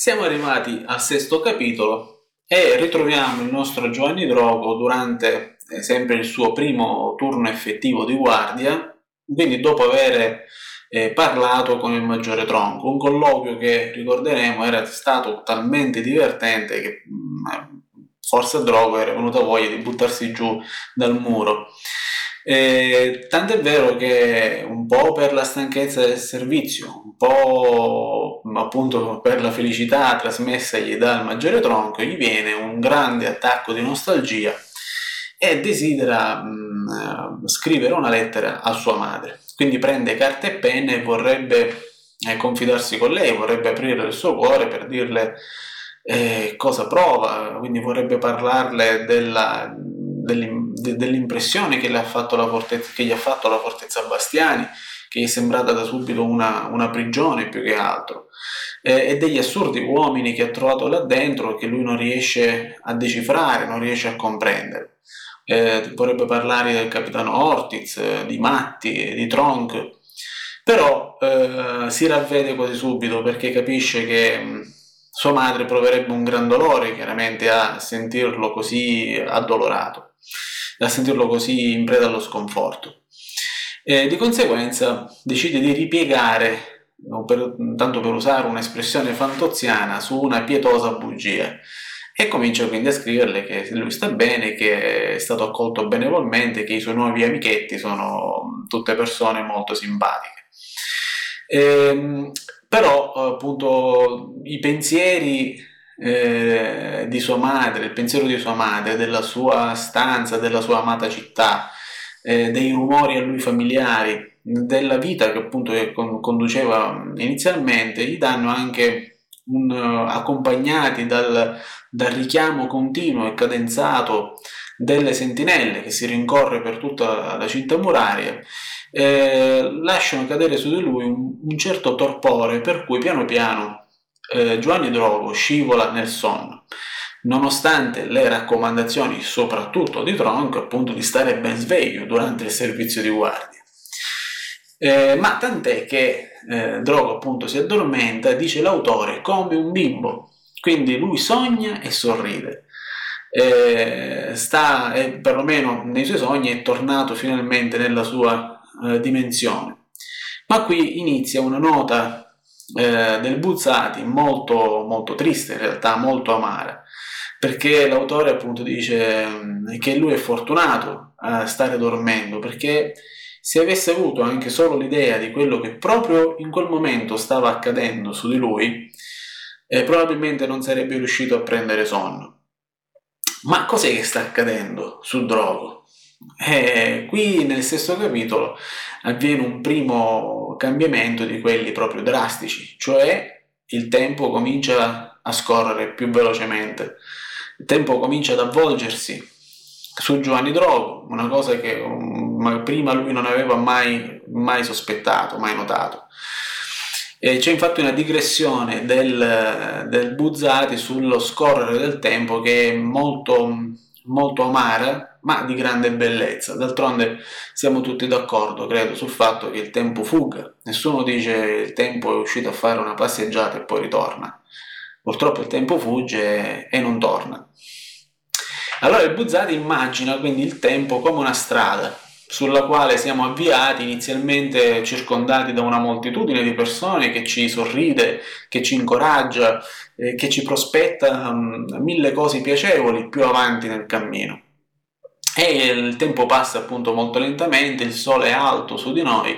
Siamo arrivati al sesto capitolo e ritroviamo il nostro Giovanni Drogo durante sempre il suo primo turno effettivo di guardia, quindi dopo aver parlato con il maggiore Tronco, un colloquio che ricorderemo era stato talmente divertente che forse a Drogo era venuta voglia di buttarsi giù dal muro. Tant'è vero che un po' per la stanchezza del servizio, un po' appunto per la felicità trasmessagli dal maggiore Tronco, gli viene un grande attacco di nostalgia e desidera scrivere una lettera a sua madre. Quindi prende carta e penna e vorrebbe confidarsi con lei, vorrebbe aprire il suo cuore per dirle cosa prova, quindi vorrebbe parlarle dell'impressione che gli ha fatto la fortezza Bastiani, che gli è sembrata da subito una prigione più che altro, e degli assurdi uomini che ha trovato là dentro che lui non riesce a decifrare, non riesce a comprendere. Vorrebbe parlare del capitano Ortiz, di Matti, di Tronk, però si ravvede quasi subito perché capisce che sua madre proverebbe un gran dolore chiaramente a sentirlo così addolorato, a sentirlo così in preda allo sconforto. Di conseguenza decide di ripiegare, tanto per usare un'espressione fantoziana, su una pietosa bugia e comincia quindi a scriverle che lui sta bene, che è stato accolto benevolmente, che i suoi nuovi amichetti sono tutte persone molto simpatiche. Però appunto i pensieri di sua madre, il pensiero di sua madre, della sua stanza, della sua amata città, dei rumori a lui familiari, della vita che appunto conduceva inizialmente, gli danno anche accompagnati dal richiamo continuo e cadenzato delle sentinelle che si rincorre per tutta la cinta muraria, lasciano cadere su di lui un certo torpore per cui piano piano Giovanni Drogo scivola nel sonno, nonostante le raccomandazioni soprattutto di Tronco appunto di stare ben sveglio durante il servizio di guardia. Ma tant'è che Drogo appunto si addormenta, dice l'autore, come un bimbo, quindi lui sogna e sorride, perlomeno nei suoi sogni è tornato finalmente nella sua dimensione. Ma qui inizia una nota del Buzzati molto, molto triste, in realtà molto amara, perché l'autore appunto dice che lui è fortunato a stare dormendo, perché se avesse avuto anche solo l'idea di quello che proprio in quel momento stava accadendo su di lui, probabilmente non sarebbe riuscito a prendere sonno. Ma cos'è che sta accadendo su Drogo? Qui nel sesto capitolo avviene un primo cambiamento di quelli proprio drastici, cioè il tempo comincia a scorrere più velocemente, il tempo comincia ad avvolgersi su Giovanni Drogo, una cosa che prima lui non aveva mai sospettato, mai notato. C'è infatti una digressione del Buzzati sullo scorrere del tempo che è molto, molto amara, ma di grande bellezza. D'altronde siamo tutti d'accordo, credo, sul fatto che il tempo fugga. Nessuno dice il tempo è uscito a fare una passeggiata e poi ritorna. Purtroppo il tempo fugge e non torna. Allora il Buzzati immagina quindi il tempo come una strada sulla quale siamo avviati, inizialmente circondati da una moltitudine di persone che ci sorride, che ci incoraggia, che ci prospetta mille cose piacevoli più avanti nel cammino. E il tempo passa appunto molto lentamente, il sole è alto su di noi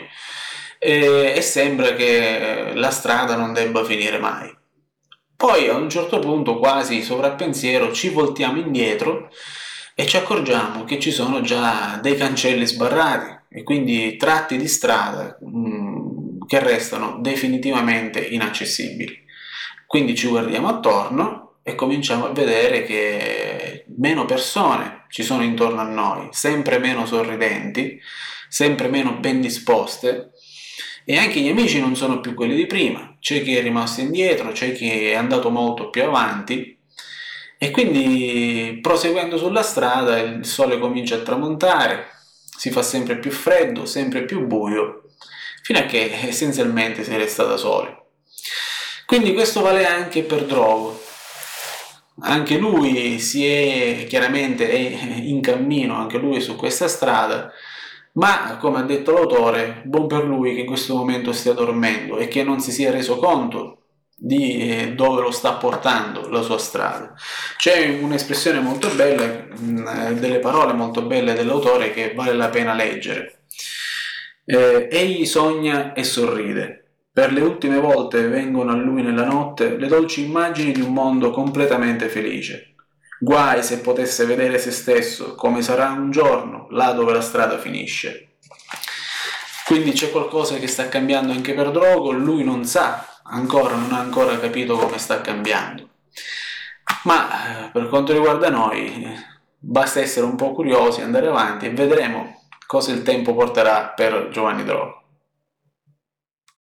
e sembra che la strada non debba finire mai. Poi a un certo punto, quasi sovrappensiero, ci voltiamo indietro e ci accorgiamo che ci sono già dei cancelli sbarrati e quindi tratti di strada che restano definitivamente inaccessibili. Quindi ci guardiamo attorno e cominciamo a vedere che meno persone ci sono intorno a noi, sempre meno sorridenti, sempre meno ben disposte, e anche gli amici non sono più quelli di prima, c'è chi è rimasto indietro, c'è chi è andato molto più avanti e quindi proseguendo sulla strada il sole comincia a tramontare, si fa sempre più freddo, sempre più buio, fino a che essenzialmente si resta da soli. Quindi questo vale anche per Drogo. Anche lui chiaramente è in cammino, anche lui su questa strada, ma come ha detto l'autore, buon per lui che in questo momento stia dormendo e che non si sia reso conto di dove lo sta portando la sua strada. C'è un'espressione molto bella, delle parole molto belle dell'autore che vale la pena leggere. Egli sogna e sorride. Per le ultime volte vengono a lui nella notte le dolci immagini di un mondo completamente felice. Guai se potesse vedere se stesso come sarà un giorno là dove la strada finisce. Quindi c'è qualcosa che sta cambiando anche per Drogo, lui non sa ancora, non ha ancora capito come sta cambiando. Ma per quanto riguarda noi, basta essere un po' curiosi, andare avanti e vedremo cosa il tempo porterà per Giovanni Drogo.